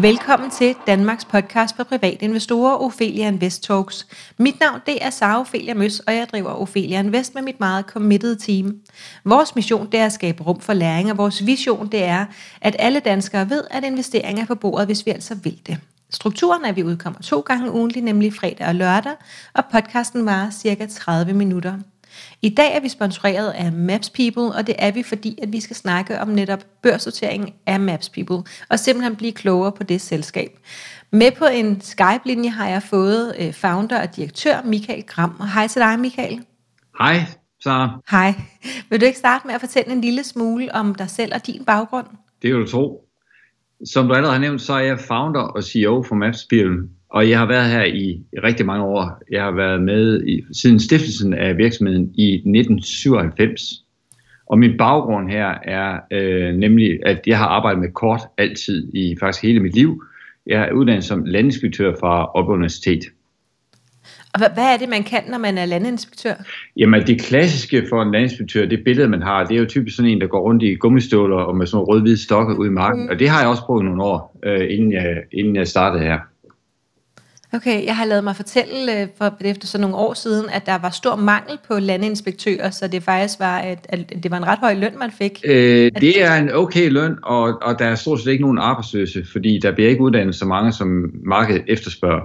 Velkommen til Danmarks podcast for private investorer, Ophelia Invest Talks. Mit navn det er Sara Ophelia Møs, og jeg driver Ophelia Invest med mit meget committed team. Vores mission det er at skabe rum for læring, og vores vision det er, at alle danskere ved, at investeringer er på bordet, hvis vi altså vil det. Strukturen er, at vi udkommer 2 gange ugentlig, nemlig fredag og lørdag, og podcasten varer cirka 30 minutter. I dag er vi sponsoreret af MapsPeople, og det er vi, fordi at vi skal snakke om netop børsnoteringen af MapsPeople, og simpelthen blive klogere på det selskab. Med på en Skype-linje har jeg fået founder og direktør Michael Gram. Hej til dig, Michael. Hej, Sara. Hej. Vil du ikke starte med at fortælle en lille smule om dig selv og din baggrund? Det vil du tro. Som du allerede har nævnt, så er jeg founder og CEO for MapsPeople, og jeg har været her i rigtig mange år. Jeg har været med siden stiftelsen af virksomheden i 1997. Og min baggrund her er nemlig, at jeg har arbejdet med kort altid i faktisk hele mit liv. Jeg er uddannet som landinspektør fra Aalborg Universitet. Og hvad er det, man kan, når man er landinspektør? Jamen det klassiske for en landinspektør, det billede man har, det er jo typisk sådan en, der går rundt i gummistøvler og med sådan nogle rød-hvide stokke ude i marken. Og det har jeg også prøvet nogle år, inden jeg startede her. Okay, jeg har lavet mig fortælle efter sådan nogle år siden, at der var stor mangel på landinspektører, så det faktisk var, at det var en ret høj løn, man fik. Det er en okay løn, og der er stort set ikke nogen arbejdsløse, fordi der bliver ikke uddannet så mange, som markedet efterspørger.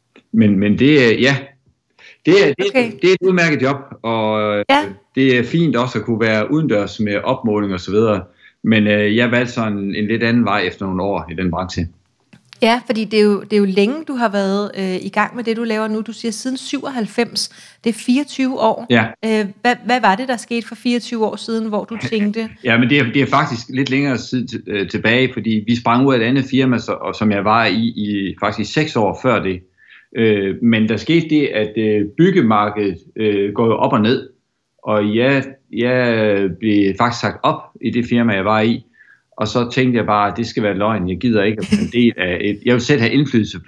Men det er, ja, det er et udmærket job, og det er fint også at kunne være udendørs med opmåling og så videre. Men jeg valgte så en lidt anden vej efter nogle år i den branche. Ja, fordi det er jo længe, du har været i gang med det, du laver nu. Du siger siden 97. Det er 24 år. Ja. Hvad var det, der skete for 24 år siden, hvor du tænkte... Ja, men det er faktisk lidt længere tilbage, fordi vi sprang ud af et andet firma, som jeg var i faktisk 6 år før det. Men der skete det, at byggemarkedet går op og ned. Og jeg blev faktisk sagt op i det firma, jeg var i. Og så tænkte jeg bare, at det skal være løgn. Jeg gider ikke at være en del af jeg vil selv have indflydelse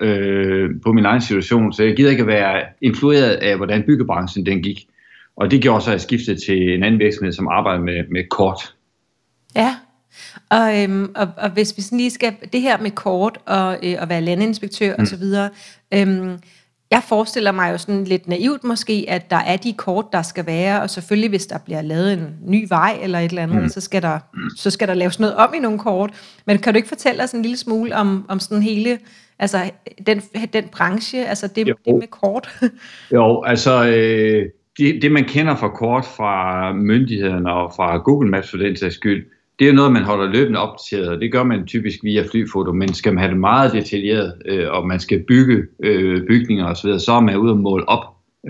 på min egen situation, så jeg gider ikke at være influeret af, hvordan byggebranchen den gik. Og det gjorde så, at jeg skiftede til en anden virksomhed, som arbejder med kort. Ja, og hvis vi sådan lige skal, det her med kort og at være landinspektør og så videre, jeg forestiller mig jo sådan lidt naivt måske, at der er de kort, der skal være, og selvfølgelig hvis der bliver lavet en ny vej eller et eller andet, så skal der laves noget om i nogle kort. Men kan du ikke fortælle os en lille smule om sådan hele, altså den branche, altså det med kort? Jo, altså det man kender fra kort fra myndighederne og fra Google Maps for den sags skyld, det er noget, man holder løbende opdateret, og det gør man typisk via flyfoto, men skal man have det meget detaljeret, og man skal bygge bygninger osv., så er man ude at måle op.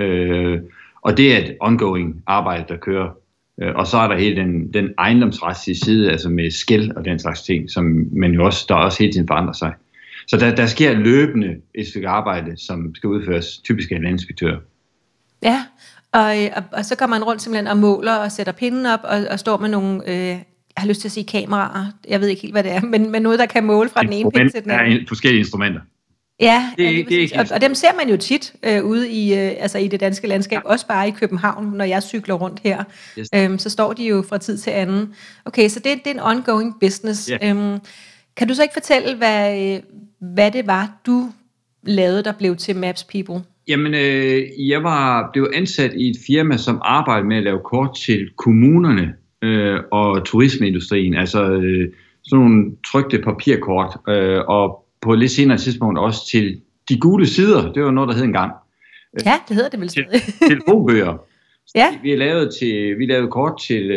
Og det er et ongoing arbejde, der kører. Og så er der hele den ejendomsretlige side, altså med skel og den slags ting, som man jo også, der også hele tiden forandrer sig. Så der sker løbende et stykke arbejde, som skal udføres typisk af en landinspektør. Ja, og så går man rundt simpelthen og måler og sætter pinden op og står med nogle... jeg har lyst til at sige kameraer, jeg ved ikke helt, hvad det er, men noget, der kan måle fra den ene pind til den anden. Ja, forskellige instrumenter. Ja, og dem ser man jo tit ude i det danske landskab, også bare i København, når jeg cykler rundt her. Yes. Så står de jo fra tid til anden. Okay, så det er en ongoing business. Yeah. Kan du så ikke fortælle, hvad det var, du lavede, der blev til MapsPeople? Jamen, jeg blev ansat i et firma, som arbejdede med at lave kort til kommunerne, og turismeindustrien, altså sådan nogle trykte papirkort, og på et lidt senere tidspunkt også til de gule sider, det var noget, der hed engang. Ja, det hedder det vel stadig. Telefonbøger. Ja. Vi lavede kort til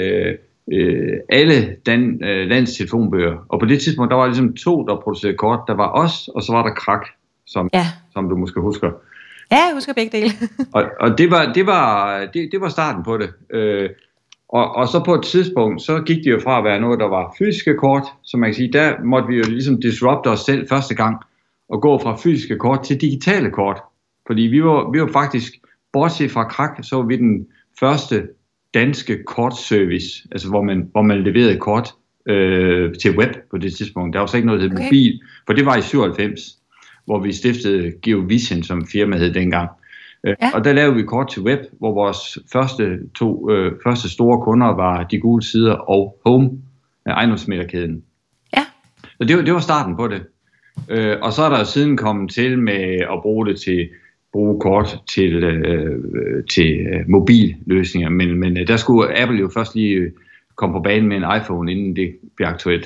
alle landets telefonbøger, og på det tidspunkt, der var ligesom 2, der producerede kort. Der var os, og så var der Krak, som du måske husker. Ja, jeg husker begge dele. og det var starten på det. Og så på et tidspunkt, så gik det jo fra at være noget, der var fysiske kort, så man kan sige, der måtte vi jo ligesom disrupte os selv første gang, og gå fra fysiske kort til digitale kort. Fordi vi var faktisk, bortset fra Krak, så var vi den første danske kortservice, altså hvor man leverede kort til web på det tidspunkt. Der var så ikke noget, der hed mobil, for det var i 97, hvor vi stiftede GeoVision, som firma hed dengang. Ja. Og der lavede vi kort til web, hvor vores første store kunder var De Gule Sider og Home, ejendomsmæglerkæden. Ja. Så det var starten på det. Og så er der jo siden kommet til med at bruge kort til mobilløsninger, men der skulle Apple jo først lige komme på banen med en iPhone, inden det bliver aktuelt.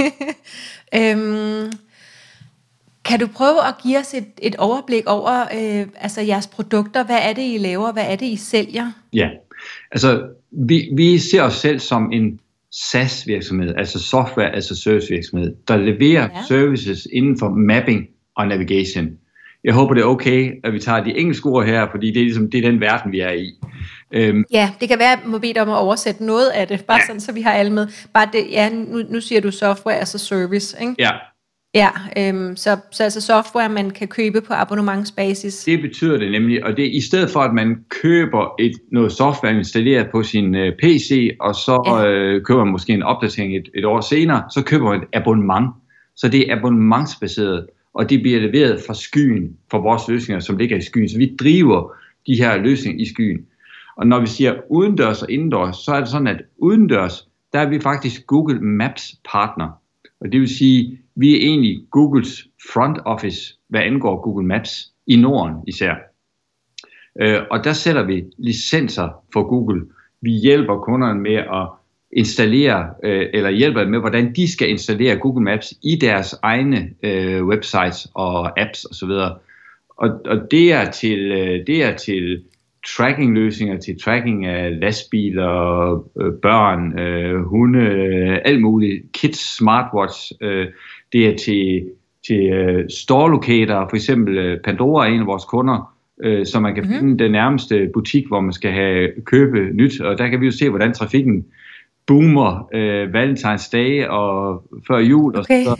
Kan du prøve at give os et overblik over altså jeres produkter? Hvad er det, I laver? Hvad er det, I sælger? Ja, altså vi ser os selv som en SaaS-virksomhed, altså Software as a Service-virksomhed, der leverer services inden for mapping og navigation. Jeg håber, det er okay, at vi tager de engelske ord her, fordi det er den verden, vi er i. Ja, det kan være, at jeg må bede dig om at oversætte noget af det, bare sådan, så vi har alle med. Bare det, ja, nu siger du Software as a Service, ikke? Ja. Ja, så altså software, man kan købe på abonnementsbasis. Det betyder det nemlig, og det er i stedet for, at man køber noget software installeret på sin PC, og så køber man måske en opdatering et år senere, så køber man et abonnement. Så det er abonnementsbaseret, og det bliver leveret fra skyen, fra vores løsninger, som ligger i skyen. Så vi driver de her løsninger i skyen. Og når vi siger udendørs og indendørs, så er det sådan, at udendørs, der er vi faktisk Google Maps partner. Og det vil sige, vi er egentlig Googles front office, hvad angår Google Maps, i Norden især. Og der sætter vi licenser for Google. Vi hjælper kunderne med at installere, eller hjælper med, hvordan de skal installere Google Maps i deres egne websites og apps osv. Og det er til tracking-løsninger, til tracking af lastbiler, børn, hunde, alt muligt, kids, smartwatch. Det er til store locator, for eksempel Pandora er en af vores kunder, så man kan finde den nærmeste butik, hvor man skal købe nyt, og der kan vi jo se, hvordan trafikken boomer Valentine's Day og før jul og så.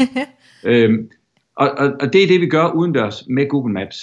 Og det er det, vi gør udendørs med Google Maps.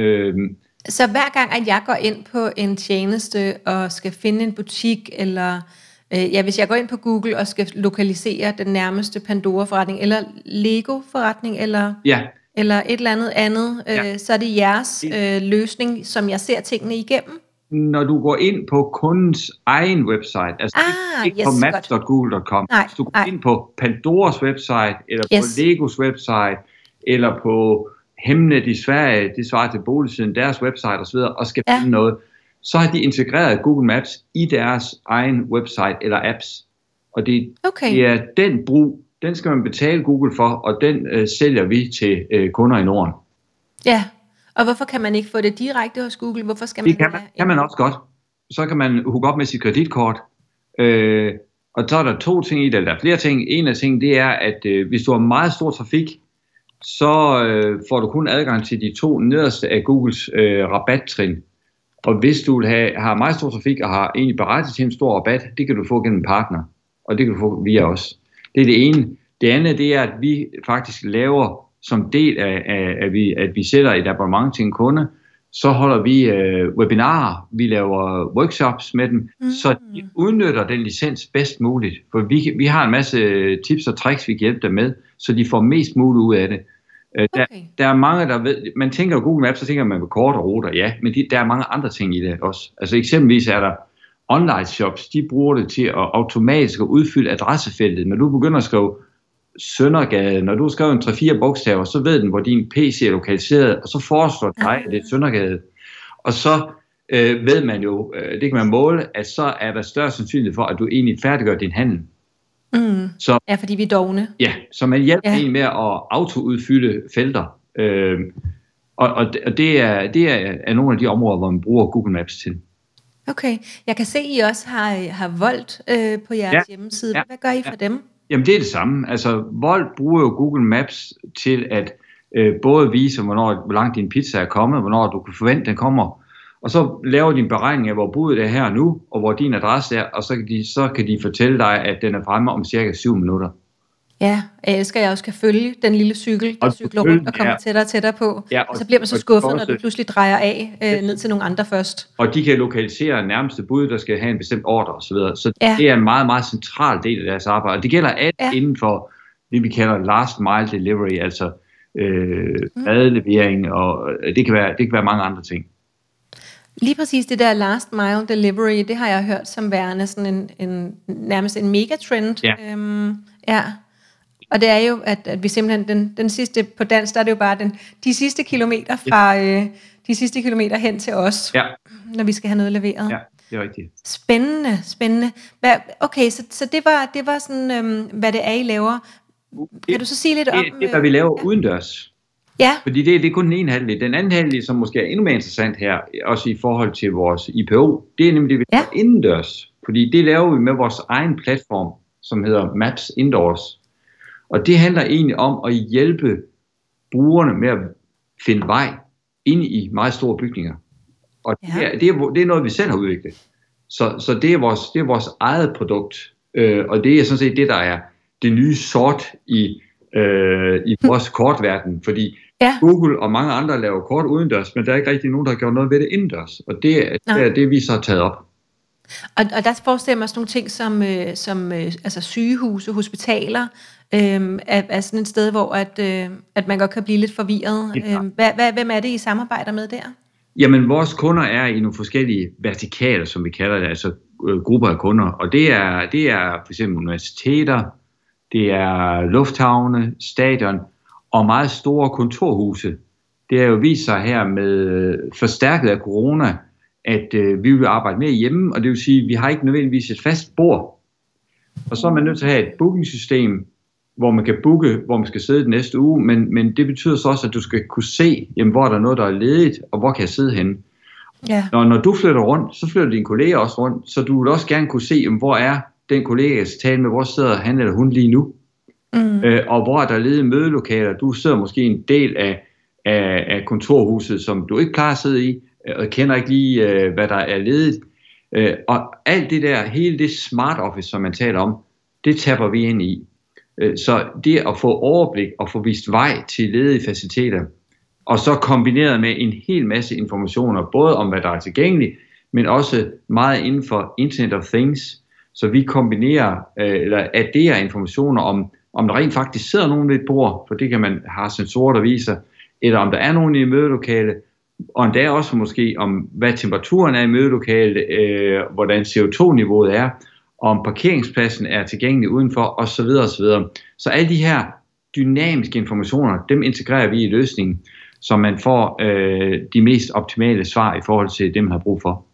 Så hver gang, at jeg går ind på en tjeneste og skal finde en butik, eller hvis jeg går ind på Google og skal lokalisere den nærmeste Pandora-forretning, eller Lego-forretning, eller et eller andet, så er det jeres løsning, som jeg ser tingene igennem? Når du går ind på kundens egen website, altså ikke på maps.google.com, hvis du går ind på Pandoras website, eller på Legos website, eller på Hemnet i Sverige, det svarer til Boligsiden, deres website osv., og skal finde noget, så har de integreret Google Maps i deres egen website eller apps. Og det er den brug, den skal man betale Google for, og den sælger vi til kunder i Norden. Ja, og hvorfor kan man ikke få det direkte hos Google? Hvorfor skal man det kan man også godt. Så kan man hooke op med sit kreditkort, og så er der to ting i det, eller der er flere ting. En af tingene, det er, at hvis du har meget stor trafik, så får du kun adgang til de 2 nederste af Googles rabattrin. Og hvis du har meget stor trafik og har egentlig berettet til en stor rabat, det kan du få gennem en partner, og det kan du få via os. Det er det ene. Det andet, det er, at vi faktisk laver som del af at vi sætter et abonnement til en kunde, så holder vi webinarer, vi laver workshops med dem, så de udnytter den licens bedst muligt. For vi har en masse tips og tricks, vi kan hjælpe dem med, så de får mest muligt ud af det. Der er mange, der ved, man tænker Google Maps, så tænker man på kort og ruter, ja, men der er mange andre ting i det også. Altså eksempelvis er der online shops, de bruger det til at automatisk udfylde adressefeltet. Når du begynder at skrive Søndergade, når du skriver en 3-4 bogstaver, så ved den, hvor din PC er lokaliseret, og så foreslår dig, at det er Søndergade. Og så ved man jo, det kan man måle, at så er der større sandsynlighed for, at du egentlig færdiggør din handel. Så, fordi vi er dogne. Ja, så man hjælper en med at autoudfylde felter. Og det er nogle af de områder, hvor man bruger Google Maps til. Okay, jeg kan se, at I også har Volt på jeres hjemmeside. Hvad gør I for dem? Jamen det er det samme. Altså Volt bruger jo Google Maps til at både vise, hvor langt din pizza er kommet, hvornår du kan forvente, den kommer. Og så laver de en beregning af, hvor budet er her nu, og hvor din adresse er, og så kan de fortælle dig, at den er fremme om cirka 7 minutter. Ja, jeg elsker, at jeg også kan følge den lille cykel, der cykler rundt og kommer tættere og tættere på. Ja, og så bliver man så skuffet, når du pludselig drejer af ned til nogle andre først. Og de kan lokalisere nærmeste bud, der skal have en bestemt ordre osv. Så det er en meget, meget central del af deres arbejde. Og det gælder alt inden for det, vi kalder last mile delivery, altså madlevering, og det kan være mange andre ting. Lige præcis det der last mile delivery, det har jeg hørt som værende sådan nærmest en megatrend. Ja. Og det er jo, at vi simpelthen, den sidste, på dansk, der er det jo bare de sidste kilometer fra, de sidste kilometer hen til os, når vi skal have noget leveret. Ja, det er rigtigt. Spændende. Okay, så det var sådan, hvad det er, I laver. Kan du så sige lidt om... Det er, hvad vi laver udendørs. Ja. Fordi det er kun den ene halvdel. Den anden halvdel, som måske er endnu mere interessant her, også i forhold til vores IPO, det er nemlig det, vi laver indendørs. Fordi det laver vi med vores egen platform, som hedder Maps Indoors. Og det handler egentlig om at hjælpe brugerne med at finde vej ind i meget store bygninger. Og det er noget, vi selv har udviklet. Så det er vores eget produkt. Og det er sådan set det, der er det nye sort i vores kortverden. Fordi Google og mange andre laver kort udendørs, men der er ikke rigtig nogen, der har gjort noget ved det indendørs. Og det er det, vi så har taget op. Og der forestiller mig sådan nogle ting som altså sygehuse, hospitaler, er sådan et sted, hvor at man godt kan blive lidt forvirret. Hvem er det, I samarbejder med der? Jamen, vores kunder er i nogle forskellige vertikaler, som vi kalder det, altså grupper af kunder. Og det er for eksempel universiteter, det er lufthavne, stadion og meget store kontorhuse. Det har jo vist sig her med forstærket af corona, at vi vil arbejde mere hjemme, og det vil sige, at vi har ikke nødvendigvis et fast bord. Og så er man nødt til at have et bookingsystem, hvor man kan booke, hvor man skal sidde den næste uge, men det betyder så også, at du skal kunne se, jamen, hvor der er noget, der er ledigt, og hvor kan jeg sidde henne. Ja. Når du flytter rundt, så flytter dine kolleger også rundt, så du vil også gerne kunne se, jamen, hvor er den kollega, jeg skal tale med, hvor sidder han eller hun lige nu, og hvor er der ledige mødelokaler. Du sidder måske en del af kontorhuset, som du ikke plejer at sidde i, og kender ikke lige, hvad der er ledigt. Og alt det der, hele det smart office, som man taler om, det tapper vi ind i. Så det at få overblik og få vist vej til ledige faciliteter, og så kombineret med en hel masse informationer, både om hvad der er tilgængeligt, men også meget inden for Internet of Things, så vi kombinerer eller adderer informationer om der rent faktisk sidder nogen ved et bord, for det kan man have sensorer, der viser, eller om der er nogen i mødelokale, og endda også måske om hvad temperaturen er i mødelokalet, hvordan CO2-niveauet er, om parkeringspladsen er tilgængelig udenfor, osv. osv. Så alle de her dynamiske informationer, dem integrerer vi i løsningen, så man får de mest optimale svar i forhold til det, man har brug for.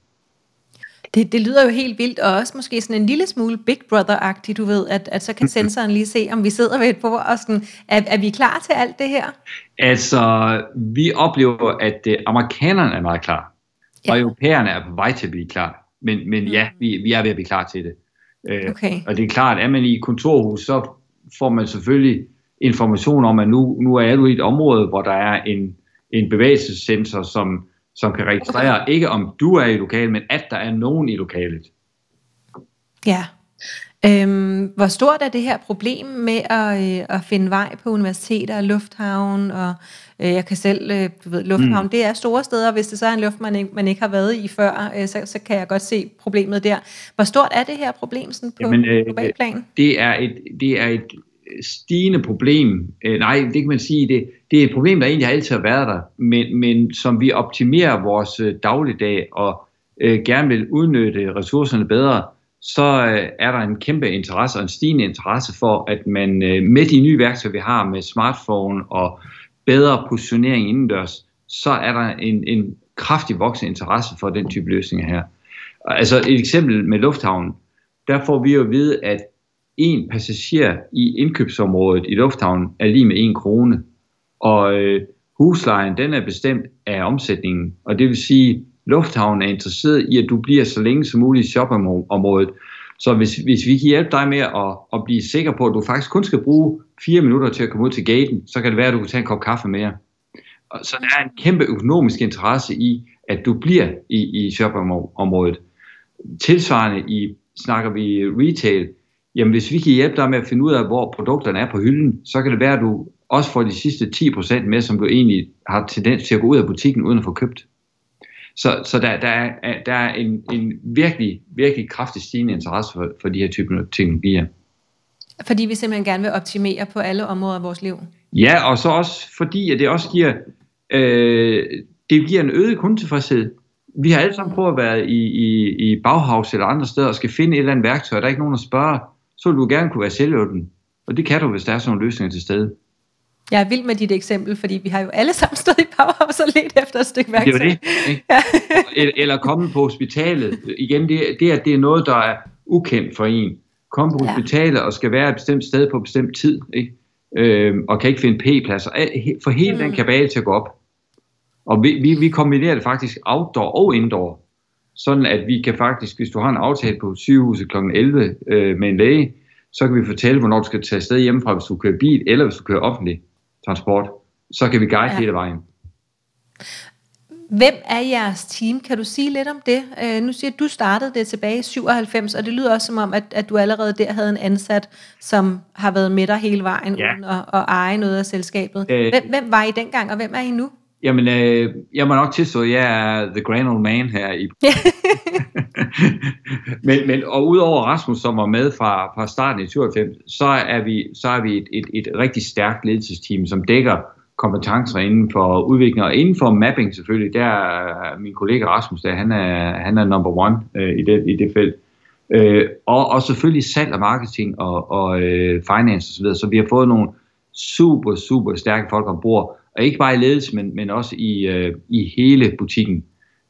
Det lyder jo helt vildt, og også måske sådan en lille smule Big Brother-agtigt, du ved, at så kan sensoren lige se, om vi sidder ved et bord, og sådan, er vi klar til alt det her? Altså, vi oplever, at amerikanerne er meget klar, og europæerne er på vej til at blive klar, men ja, vi er ved at blive klar til det. Okay. Og det er klart, at er man i kontorhus, så får man selvfølgelig information om, at nu er du i et område, hvor der er en bevægelsessensor, som kan registrere, ikke om du er i lokalet, men at der er nogen i lokalet. Ja. Hvor stort er det her problem med at finde vej på universiteter og lufthavn? Og jeg kan selv, lufthavn, det er store steder. Hvis det så er en luft, man ikke har været i før, så kan jeg godt se problemet der. Hvor stort er det her problem sådan på global plan? Det er et stigende problem. Nej, det kan man sige. Det er et problem, der egentlig altid har været der, men som vi optimerer vores dagligdag og gerne vil udnytte ressourcerne bedre, så er der en kæmpe interesse og en stigende interesse for, at man med de nye værktøjer, vi har med smartphone og bedre positionering indendørs, så er der en kraftig voksende interesse for den type løsninger her. Altså et eksempel med lufthavnen, der får vi jo at vide, at en passager i indkøbsområdet i lufthavnen er lige med 1 krone, og huslejen, den er bestemt af omsætningen, og det vil sige, at lufthavnen er interesseret i, at du bliver så længe som muligt i shoppingområdet. Så hvis vi kan hjælpe dig med at blive sikker på, at du faktisk kun skal bruge 4 minutter til at komme ud til gaten, så kan det være, at du kan tage en kop kaffe mere. Så der er en kæmpe økonomisk interesse i, at du bliver i shoppingområdet. Tilsvarende snakker vi retail. Jamen hvis vi kan hjælpe dig med at finde ud af, hvor produkterne er på hylden, så kan det være, at du også får de sidste 10% med, som du egentlig har tendens til at gå ud af butikken uden at få købt. Så der er en virkelig, virkelig kraftig stigende interesse for de her typer teknologier. Fordi vi simpelthen gerne vil optimere på alle områder af vores liv. Ja, og så også fordi, at det også giver, det giver en øget kundetilfredshed. Vi har alle sammen prøvet at være i Bauhaus eller andre steder og skal finde et eller andet værktøj, der er ikke nogen at spørge, så vil du gerne kunne være selvhjulpen. Og det kan du, hvis der er sådan nogle løsninger til stede. Jeg er vild med dit eksempel, fordi vi har jo alle sammen stået i Powerhouse og let efter et stykke værktøj. Det er jo det, ikke? Ja. Eller komme på hospitalet. Igen, det er noget, der er ukendt for en. Komme på hospitalet og skal være et bestemt sted på et bestemt tid, ikke? Og kan ikke finde p-pladser. For hele den kabale til at gå op. Og vi kombinerer det faktisk outdoor og indoor. Sådan at vi kan faktisk, hvis du har en aftale på sygehuset kl. 11 med en læge, så kan vi fortælle, hvornår du skal tage afsted hjemmefra, hvis du kører bil, eller hvis du kører offentlig transport. Så kan vi guide hele vejen. Hvem er jeres team? Kan du sige lidt om det? Nu siger du startede det tilbage i 97, og det lyder også som om, at du allerede der havde en ansat, som har været med dig hele vejen, uden at eje noget af selskabet. Hvem var I dengang, og hvem er I nu? Jamen, jeg må nok tilstå, at jeg er the grand old man her i. men og udover Rasmus, som var med fra starten i 97, så er vi et rigtig stærkt ledelsesteam, som dækker kompetencer inden for udvikling og inden for mapping selvfølgelig. Der er min kollega Rasmus, han er number one i det felt. Og selvfølgelig salg og marketing og finance osv. Så vi har fået nogle super, super stærke folk ombord. Og ikke bare i ledelse, men også i hele butikken.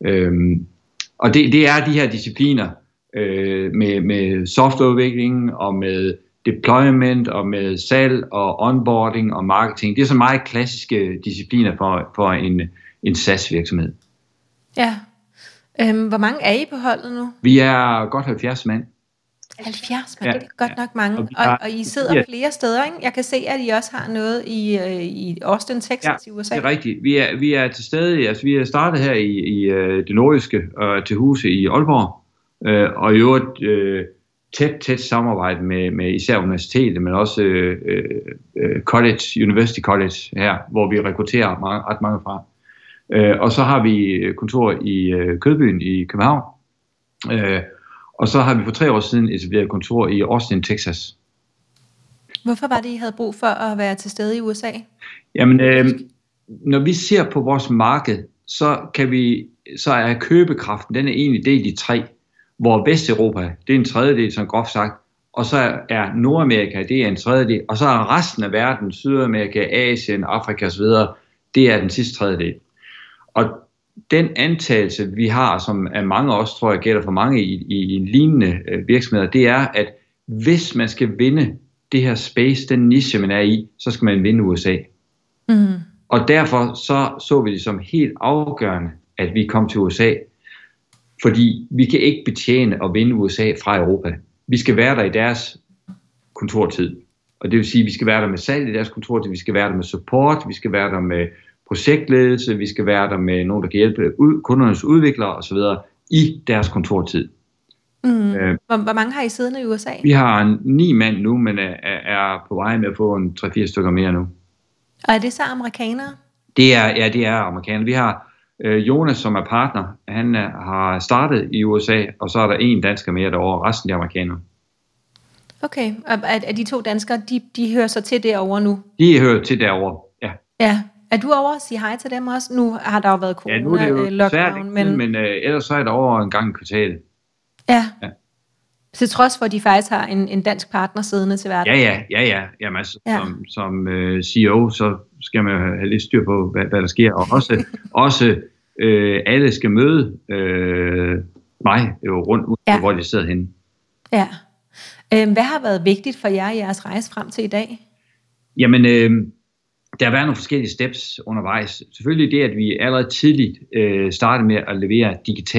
Og det er de her discipliner med softwareudvikling og med deployment og med salg og onboarding og marketing. Det er så meget klassiske discipliner for en SaaS-virksomhed. Ja. Hvor mange er I på holdet nu? Vi er godt 70 mand. 70 mand, det er godt nok mange. Og I sidder flere steder, ikke? Jeg kan se, at I også har noget i Austin, Texas i USA. Ja, det er rigtigt. Vi er til stede, altså vi er startet her i det nordjyske til huse i Aalborg, og i øvrigt tæt samarbejde med især universitetet, men også University College her, hvor vi rekrutterer ret mange fra. Og så har vi kontor i Kødbyen i København, og så har vi for 3 år siden etableret kontor i Austin, Texas. Hvorfor var det, I havde brug for at være til stede i USA? Jamen, når vi ser på vores marked, så er købekraften, den er egentlig delt i 3, hvor Vesteuropa, det er en tredjedel, som groft sagt, og så er Nordamerika, det er en tredjedel, og så er resten af verden, Sydamerika, Asien, Afrika osv., det er den sidste tredjedel. Og den antagelse, vi har, som er mange også, tror jeg, gælder for mange i lignende virksomheder, det er, at hvis man skal vinde det her space, den niche, man er i, så skal man vinde USA. Mm. Og derfor så vi det som helt afgørende, at vi kom til USA, fordi vi kan ikke betjene og vinde USA fra Europa. Vi skal være der i deres kontortid. Og det vil sige, at vi skal være der med salg i deres kontortid, vi skal være der med support, vi skal være der med projektledelse, vi skal være der med nogen, der kan hjælpe kundernes udviklere osv. i deres kontortid. Mm. Hvor mange har I siddende i USA? Vi har 9 mand nu, men er på vej med at få 3-4 stykker mere nu. Og er det så amerikanere? Det er amerikanere. Vi har Jonas, som er partner. Han har startet i USA, og så er der 1 dansker mere derovre, resten er amerikanere. Okay, og er de 2 danskere, de hører så til derovre nu? De hører til derovre, ja. Ja. Er du over at sige hej til dem også? Nu har der jo været corona-lockdown. Men ellers så er der over en gang i kvartalet. Ja. Til trods for, at de faktisk har en dansk partner siddende til hverdag. Ja. Jamen, altså, som CEO, så skal man have lidt styr på, hvad der sker. Og også alle skal møde mig rundt, hvor de sidder henne. Ja. Hvad har været vigtigt for jer i jeres rejse frem til i dag? Jamen, der har været nogle forskellige steps undervejs. Selvfølgelig det, at vi allerede tidligt startede med at levere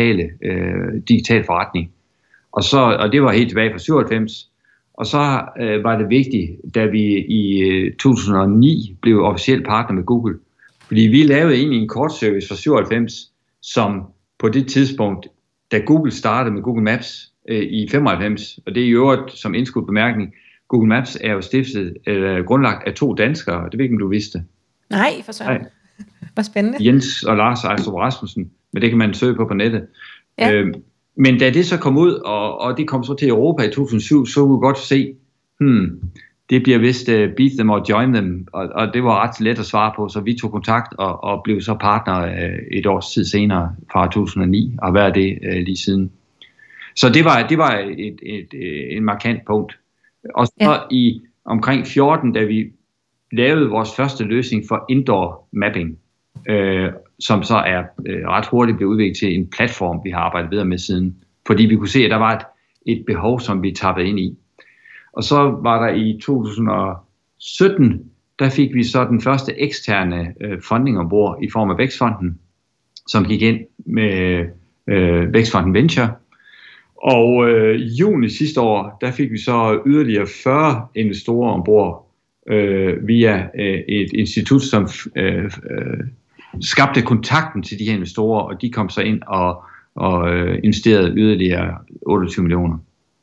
digital forretning. Og det var helt tilbage fra 97. Og så var det vigtigt, da vi i 2009 blev officielt partner med Google. Fordi vi lavede egentlig en kortservice fra 97, som på det tidspunkt, da Google startede med Google Maps i 95, og det er i øvrigt som indskudt bemærkning, Google Maps er jo grundlagt af 2 danskere, det ved ikke, om du vidste. Nej, for søren. Hvor spændende. Jens og Lars Ejstrup Rasmussen, men det kan man søge på nettet. Ja. Men da det så kom ud, og det kom så til Europa i 2007, så kunne vi godt se, det bliver vist beat them or join them, og det var ret let at svare på, så vi tog kontakt og blev så partner et års tid senere fra 2009, og har været det lige siden. Så det var en markant punkt. Og så omkring 14, da vi lavede vores første løsning for indoor mapping, som så er ret hurtigt blevet udviklet til en platform, vi har arbejdet videre med siden. Fordi vi kunne se, at der var et behov, som vi tappede ind i. Og så var der i 2017, der fik vi så den første eksterne funding ombord i form af Vækstfonden, som gik ind med Vækstfonden Venture. Og juni sidste år, der fik vi så yderligere 40 investorer ombord via et institut, som skabte kontakten til de her investorer, og de kom så ind og investerede yderligere 28 millioner.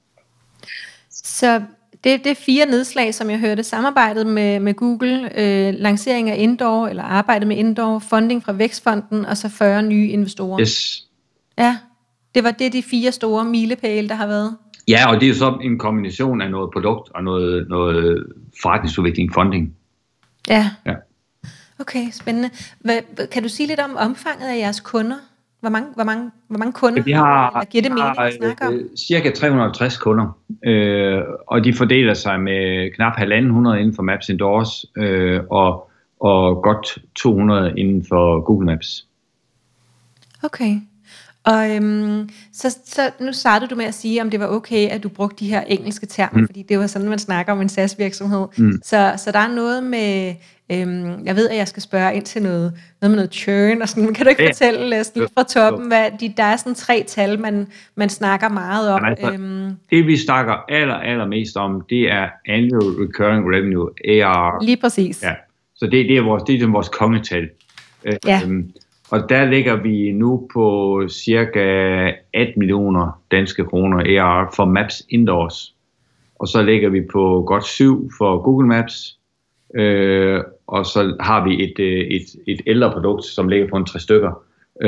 Så det er 4 nedslag, som jeg hørte. Samarbejdet med Google, lancering af Indoor, eller arbejdet med Indoor, funding fra Vækstfonden, og så 40 nye investorer. Yes. Ja, det er de 4 store milepæle, der har været. Ja, og det er jo så en kombination af noget produkt og noget forretningsudvikling, funding. Ja. Okay, spændende. Kan du sige lidt om omfanget af jeres kunder? Hvor mange kunder vi har? Eller giver det mening at snakke om? Cirka 350 kunder, og de fordeler sig med knap 1.500 inden for Maps Indoors, og godt 200 inden for Google Maps. Okay. Og så nu startede du med at sige, om det var okay, at du brugte de her engelske termer, fordi det var sådan, man snakker om en SaaS-virksomhed. Så der er noget med, jeg ved, at jeg skal spørge ind til noget med noget churn, og sådan, men kan du ikke fortælle sådan fra toppen, der er sådan 3 tal, man snakker meget om? Det vi snakker allermest om, det er Annual Recurring Revenue, ARR. Lige præcis. Ja. Så det er vores kongetal. Ja. Og der ligger vi nu på cirka 18 millioner danske kroner ARR for Maps Indoors. Og så ligger vi på godt 7 for Google Maps. Og så har vi et ældre produkt, som ligger på en 3 stykker.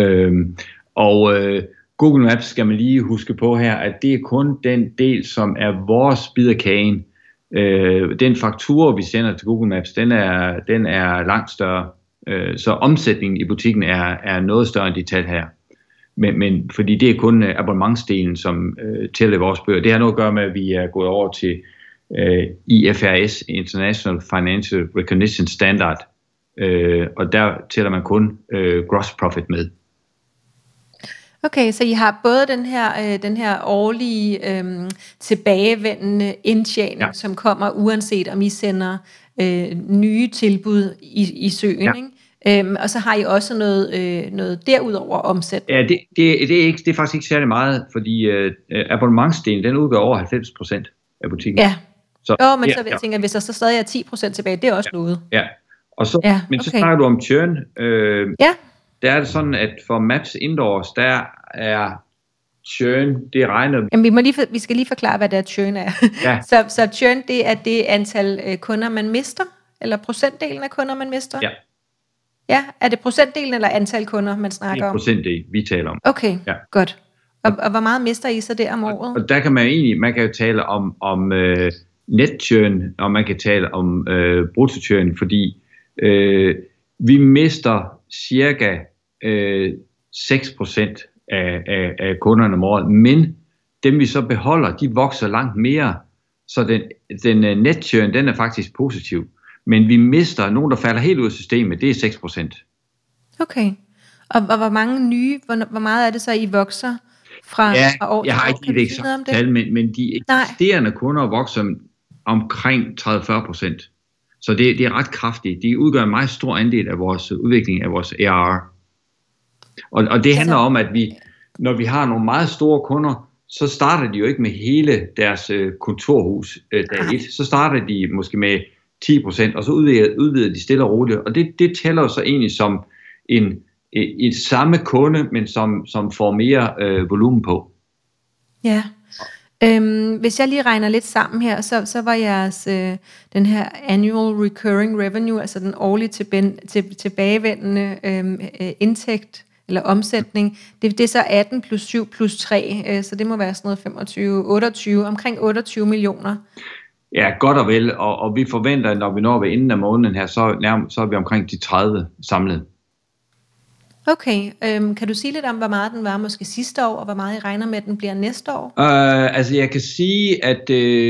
Google Maps skal man lige huske på her, at det er kun den del, som er vores bid af kagen. Den faktura, vi sender til Google Maps, den er langt større. Så omsætningen i butikken er noget større end de tal her. Men fordi det er kun abonnementsdelen, som tæller vores bøger. Det har noget at gøre med, at vi er gået over til IFRS, International Financial Recognition Standard. Og der tæller man kun gross profit med. Okay, så I har både den her årlige tilbagevendende indtjening, som kommer uanset om I sender nye tilbud i søen, ikke? Og så har I også noget derudover omsætning. Ja, det er faktisk ikke særlig meget, fordi abonnementsdelen, den udgør over 90% af butikken. Ja, så jeg tænker, hvis der så stadig er 10% tilbage, det er også noget. Ja, og så, men så snakker du om churn. Der er det sådan, at for Maps Indoors, der er churn, det regner... Jamen, vi skal lige forklare, hvad det er, churn er. Ja. Så churn, det er det antal kunder, man mister? Eller procentdelen af kunder, man mister? Ja. Ja, er det procentdelen eller antal kunder, man snakker om? Det er procentdel, vi taler om. Okay, godt. Og hvor meget mister I så der om året? Og der kan man kan jo tale om net-churn, og man kan tale om brutto-churn, fordi vi mister cirka 6% af kunderne om året, men dem vi så beholder, de vokser langt mere, så den net-churn, den er faktisk positiv. Men vi mister nogen, der falder helt ud af systemet, det er 6%. Okay. Og hvor mange nye, hvor meget er det så, I vokser fra år til år? Jeg har ikke et eksakt tal, men de eksisterende kunder vokser omkring 30-40%. Så det er ret kraftigt. De udgør en meget stor andel af vores udvikling af vores ARR. Og det handler om, at når vi har nogle meget store kunder, så starter de jo ikke med hele deres kontorhus dag 1. Så starter de måske med 10%, og så udvider de stille og roligt. Og det tæller jo så egentlig som et samme kunde, men som får mere volumen på. Ja. Hvis jeg lige regner lidt sammen her, så var jeres den her annual recurring revenue, altså den årlige tilbagevendende indtægt eller omsætning, det er så 18 plus 7 plus 3, så det må være sådan noget 25, 28, omkring 28 millioner. Ja, godt og vel, og vi forventer, når vi når ved enden af måneden her, så er vi omkring de 30 samlet. Okay, kan du sige lidt om, hvor meget den var måske sidste år, og hvor meget I regner med, at den bliver næste år? Altså jeg kan sige, at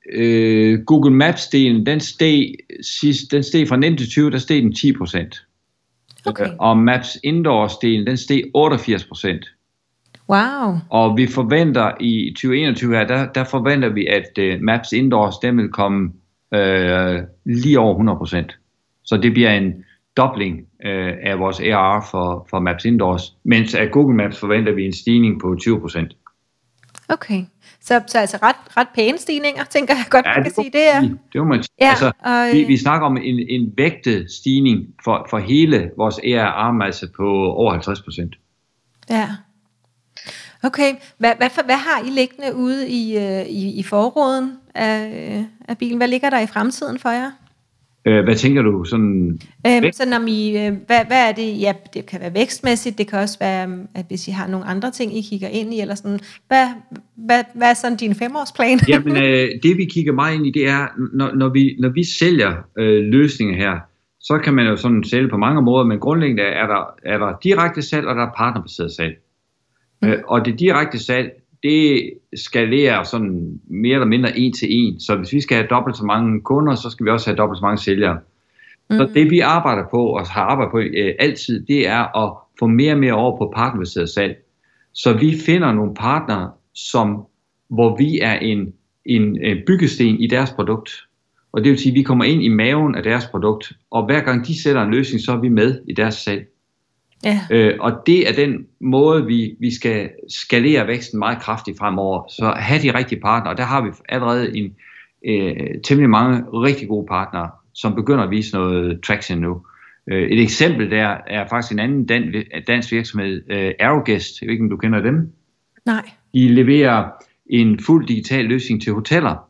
Google Maps-delen, den steg fra 19 til 20, der steg den 10%. Okay. Og Maps Indoors-delen, den steg 88%. Wow. Og vi forventer i 2021 her, der forventer vi, at Maps Indoors, den vil komme lige over 100%. Så det bliver en dobling af vores ARR for Maps Indoors, mens af Google Maps forventer vi en stigning på 20%. Okay, så altså ret pæne stigninger, tænker jeg godt, man kan sige det er. Det må man sige. Ja, altså, vi snakker om en vægtet stigning for hele vores ARR-masse på over 50%. Ja. Okay, hvad har I liggende ude i forråden af bilen? Hvad ligger der i fremtiden for jer? Hvad tænker du? Sådan om I, hvad er det? Ja, det kan være vækstmæssigt, det kan også være, at hvis I har nogle andre ting, I kigger ind i, eller sådan, hvad er sådan din 5-årsplan? Jamen, det vi kigger meget ind i, det er, når vi sælger løsninger her, så kan man jo sådan sælge på mange måder, men grundlæggende er der direkte salg, og der er partnerbaseret salg. Og det direkte salg, det skalerer sådan mere eller mindre en til en. Så hvis vi skal have dobbelt så mange kunder, så skal vi også have dobbelt så mange sælgere. Så det vi arbejder på, og har arbejdet på altid, det er at få mere og mere over på partnerbaseret salg. Så vi finder nogle partnere, hvor vi er en byggesten i deres produkt. Og det vil sige, at vi kommer ind i maven af deres produkt, og hver gang de sætter en løsning, så er vi med i deres salg. Ja. Og det er den måde, vi skal skalere væksten meget kraftigt fremover. Så have de rigtige partnere, og der har vi allerede temmelig mange rigtig gode partnere, som begynder at vise noget traction nu. Et eksempel der er faktisk en anden dansk virksomhed, Aerogest. Jeg ved ikke, om du kender dem? Nej. De leverer en fuld digital løsning til hoteller,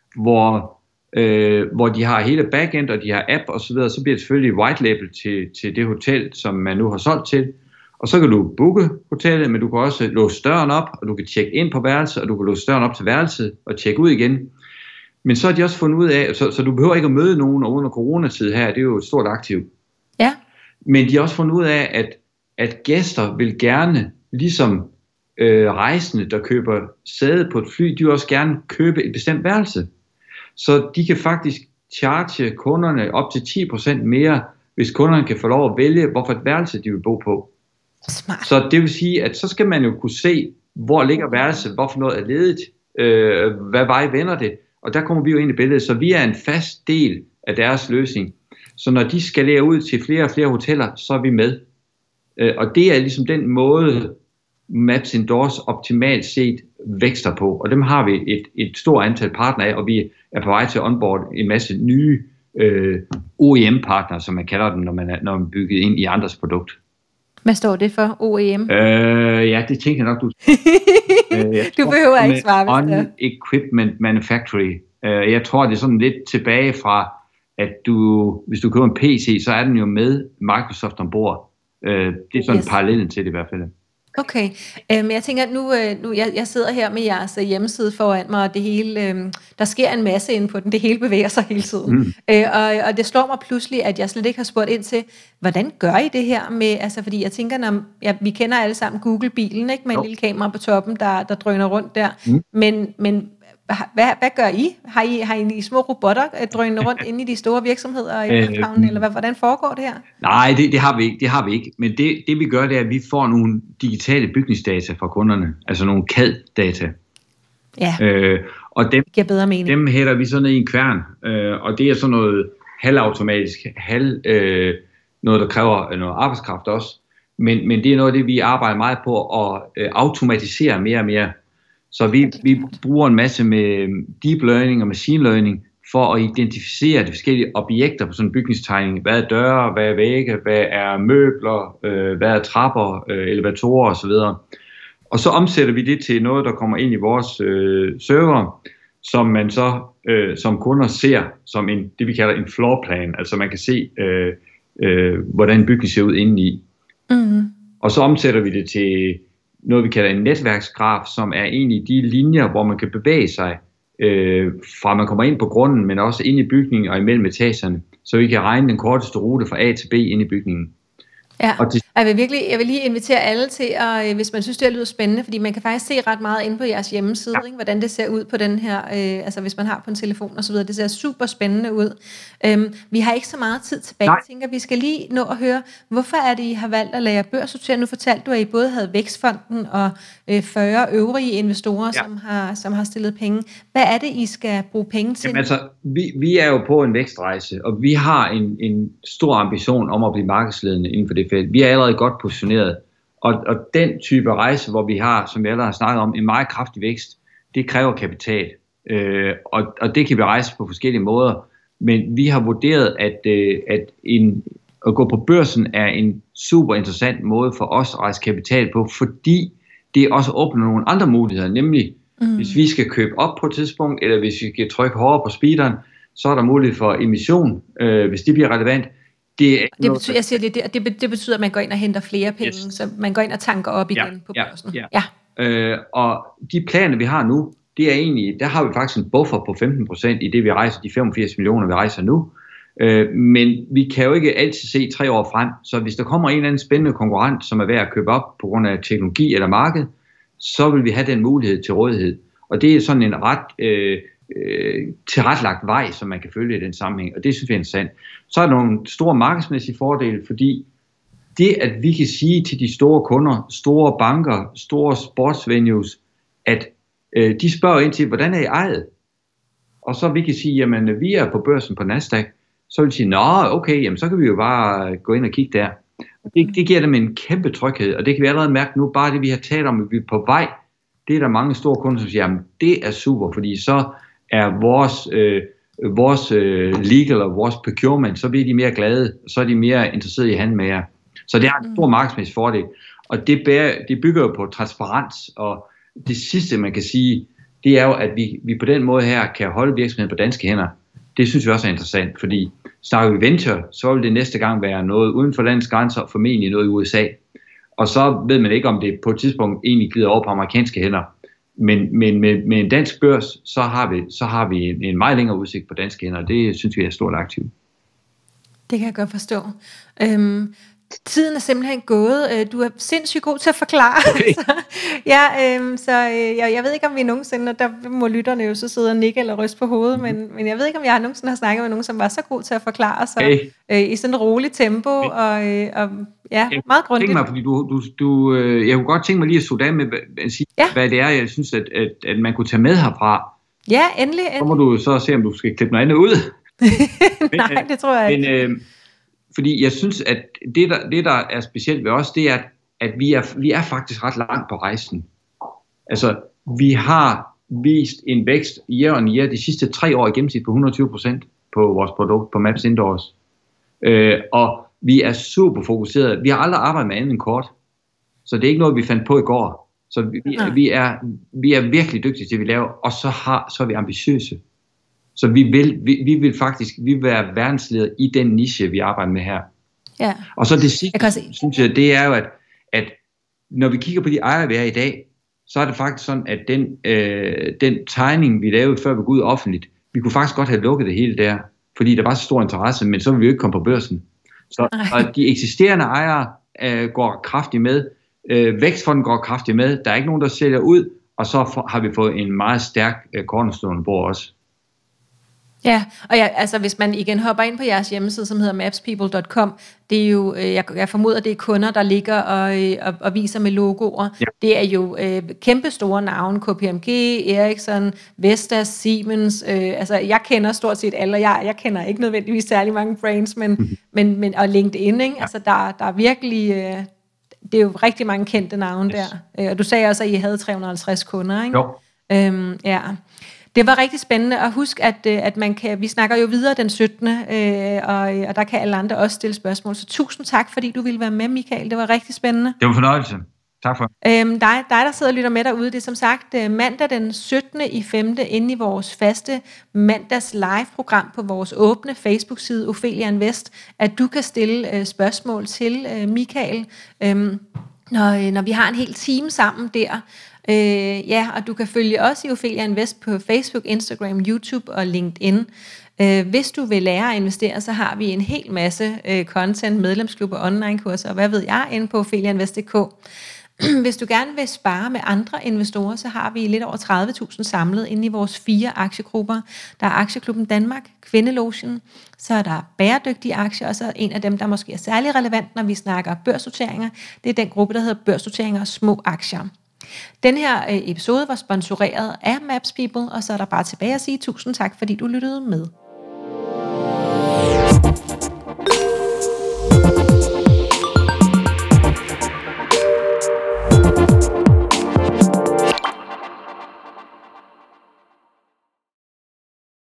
hvor de har hele backend, og de har app og så videre, så bliver det selvfølgelig white label til det hotel, som man nu har solgt til. Og så kan du booke hotellet, men du kan også låse døren op, og du kan tjekke ind på værelset, og du kan låse døren op til værelset og tjekke ud igen. Men så har de også fundet ud af, så du behøver ikke at møde nogen under coronatid her, det er jo et stort aktiv. Ja. Men de har også fundet ud af, at gæster vil gerne, ligesom rejsende, der køber sæde på et fly, de vil også gerne købe et bestemt værelse. Så de kan faktisk charge kunderne op til 10% mere, hvis kunderne kan få lov at vælge, hvorfor et værelse de vil bo på. Smart. Så det vil sige, at så skal man jo kunne se, hvor ligger værelset, hvorfor noget er ledigt, hvad vej vender det, og der kommer vi jo ind i billedet, så vi er en fast del af deres løsning. Så når de skalerer ud til flere og flere hoteller, så er vi med. Og det er ligesom den måde, Maps Indoors optimalt set vækster på, og dem har vi et stort antal partnere af, og vi er på vej til at onboard en masse nye OEM-partnere, som man kalder dem, når man er bygget ind i andres produkt. Hvad står det for, OEM? Ja, det tænker jeg nok, du... Du behøver ikke svare, On-Equipment Manufacturing. Jeg tror, det er sådan lidt tilbage fra, at hvis du køber en PC, så er den jo med Microsoft ombord. Det er sådan en parallel til det i hvert fald. Okay, jeg tænker, nu jeg sidder her med jeres hjemmeside foran mig, og det hele, der sker en masse inde på den, det hele bevæger sig hele tiden. Og det slår mig pludselig, at jeg slet ikke har spurgt ind til, hvordan gør I det her med, altså fordi jeg tænker, vi kender alle sammen Google-bilen, ikke, med en lille kamera på toppen, der drøner rundt der, men hvad gør I? Har I små robotter drønende rundt inde i de store virksomheder i lufthavnen, eller hvordan foregår det her? Nej, det har vi ikke. Men det vi gør, det er, at vi får nogle digitale bygningsdata fra kunderne, altså nogle CAD-data. Ja, og dem giver bedre mening. Dem hælder vi så ned i en kværn, og det er sådan noget halvautomatisk, noget der kræver noget arbejdskraft også. Men det er noget af det, vi arbejder meget på at automatisere mere og mere. Så vi bruger en masse med deep learning og machine learning for at identificere de forskellige objekter på sådan en bygningstegning. Hvad er døre, hvad er vægge, hvad er møbler, hvad er trapper, elevatorer osv. Og så omsætter vi det til noget, der kommer ind i vores server, som man så som kunder ser som det vi kalder en floor plan. Altså man kan se, hvordan bygningen ser ud indeni. Mm-hmm. Og så omsætter vi det til noget, vi kalder en netværksgraf, som er egentlig de linjer, hvor man kan bevæge sig fra man kommer ind på grunden, men også ind i bygningen og imellem etagerne, så vi kan regne den korteste rute fra A til B ind i bygningen. Ja, Jeg vil lige invitere alle til, at, hvis man synes, det lyder spændende, fordi man kan faktisk se ret meget inde på jeres hjemmeside, ikke? Hvordan det ser ud på den her, altså hvis man har på en telefon og så videre. Det ser super spændende ud. Vi har ikke så meget tid tilbage. Jeg tænker, vi skal lige nå at høre, hvorfor er det, I har valgt at lade jer børsnotere? Nu fortalte du, at I både havde Vækstfonden og 40 øvrige investorer, som har stillet penge. Hvad er det, I skal bruge penge til? Jamen altså, vi er jo på en vækstrejse, og vi har en stor ambition om at blive markedsledende inden for det felt. Vi er allerede godt positioneret, og den type rejse, hvor vi har, som vi allerede har snakket om, en meget kraftig vækst, det kræver kapital, og det kan vi rejse på forskellige måder, men vi har vurderet, at gå på børsen er en super interessant måde for os at rejse kapital på, fordi det også åbner nogle andre muligheder, nemlig hvis vi skal købe op på et tidspunkt, eller hvis vi skal trykke hårdere på speederen, så er der mulighed for emission, hvis det bliver relevant. Det betyder, at man går ind og henter flere penge, så man går ind og tanker op igen på børsen. Og de planer, vi har nu, det er egentlig, der har vi faktisk en buffer på 15% i det, vi rejser, de 85 millioner, vi rejser nu. Men vi kan jo ikke altid se 3 år frem, så hvis der kommer en eller anden spændende konkurrent, som er værd at købe op på grund af teknologi eller marked, så vil vi have den mulighed til rådighed. Og det er sådan en ret tilretlagt vej, som man kan følge i den sammenhæng, og det synes vi er interessant. Så er der nogle store markedsmæssige fordele, fordi det, at vi kan sige til de store kunder, store banker, store sportsvenues, at de spørger ind til, hvordan er I ejet? Og så vi kan sige, jamen vi er på børsen på Nasdaq, så vil de sige, nå okay, jamen så kan vi jo bare gå ind og kigge der. Det giver dem en kæmpe tryghed, og det kan vi allerede mærke nu, bare det vi har talt om, at vi er på vej, det er der mange store kunder, som siger, jamen det er super, fordi så er vores legal og vores procurement, så bliver de mere glade, så er de mere interesserede i at handle med jer. Så det har en stor markedsmæssig fordel, og det bygger jo på transparens, og det sidste man kan sige, det er jo, at vi på den måde her kan holde virksomheden på danske hænder. Det synes vi også er interessant, fordi snakker vi venture, så vil det næste gang være noget uden for landets grænser, og formentlig noget i USA. Og så ved man ikke, om det på et tidspunkt egentlig glider over på amerikanske hænder. Men med en dansk børs, så har vi en meget længere udsigt på danske hænder, og det synes vi er stort aktivt. Det kan jeg godt forstå. Tiden er simpelthen gået. Du er sindssygt god til at forklare. Okay. Jeg ved ikke, om vi nogensinde, der må lytterne jo så sidde og nikke eller ryste på hovedet, men jeg ved ikke, om jeg nogensinde har snakket med nogen, som var så god til at forklare sig i sådan et roligt tempo, og meget grundigt. Mig, fordi jeg kunne godt tænke mig lige at slutte af med at sige, hvad det er, jeg synes, at man kunne tage med herfra. Ja, endelig. Så må du så se, om du skal klippe noget andet ud. Nej, det tror jeg ikke. Fordi jeg synes, at det der er specielt ved os, det er, at vi er faktisk ret langt på rejsen. Altså, vi har vist en vækst year on year de sidste 3 år i gennemsnit på 120% på vores produkt, på Maps Indoors. Og vi er super fokuseret. Vi har aldrig arbejdet med andet end kort. Så det er ikke noget, vi fandt på i går. Så vi er virkelig dygtige til, at vi laver, og så er vi ambitiøse. Så vi vil være verdensleder i den niche, vi arbejder med her. Ja. Og så det sidste, synes jeg, det er jo, at når vi kigger på de ejere, vi er i dag, så er det faktisk sådan, at den tegning, vi lavede, før vi går ud offentligt, vi kunne faktisk godt have lukket det hele der, fordi der var så stor interesse, men så ville vi jo ikke komme på børsen. Så og de eksisterende ejere går kraftigt med, Vækstfonden går kraftigt med, der er ikke nogen, der sælger ud, og så har vi fået en meget stærk cornerstone bord også. Ja, og altså hvis man igen hopper ind på jeres hjemmeside, som hedder mapspeople.com, det er jo, jeg formoder, det er kunder, der ligger og viser med logoer. Ja. Det er jo kæmpe store navne, KPMG, Ericsson, Vestas, Siemens, altså jeg kender stort set alle, og jeg kender ikke nødvendigvis særlig mange brands, men og LinkedIn, ikke? Ja. Altså der er virkelig, det er jo rigtig mange kendte navne der. Og du sagde også, at I havde 350 kunder, ikke? Jo. Ja. Det var rigtig spændende, og husk, at vi snakker jo videre den 17. Og der kan alle andre også stille spørgsmål. Så tusind tak, fordi du ville være med, Michael. Det var rigtig spændende. Det var en fornøjelse. Tak for. Dig, der sidder og lytter med derude, det er som sagt mandag den 17.5. inde i vores faste mandags live-program på vores åbne Facebook-side, Ophelia Invest, at du kan stille spørgsmål til Michael, når vi har en hel time sammen der. Og du kan følge os i Ophelia Invest på Facebook, Instagram, YouTube og LinkedIn. Hvis du vil lære at investere, så har vi en hel masse content, medlemsklubber, online-kurser og hvad ved jeg, inde på ophelianvest.dk. Hvis du gerne vil spare med andre investorer, så har vi lidt over 30.000 samlet inde i vores 4 aktiegrupper. Der er Aktieklubben Danmark, Kvindelogen, så er der bæredygtige aktier, og så en af dem, der måske er særlig relevant, når vi snakker børsnoteringer, det er den gruppe, der hedder børsnoteringer og små aktier. Den her episode var sponsoreret af Maps People, og så er der bare tilbage at sige tusind tak, fordi du lyttede med.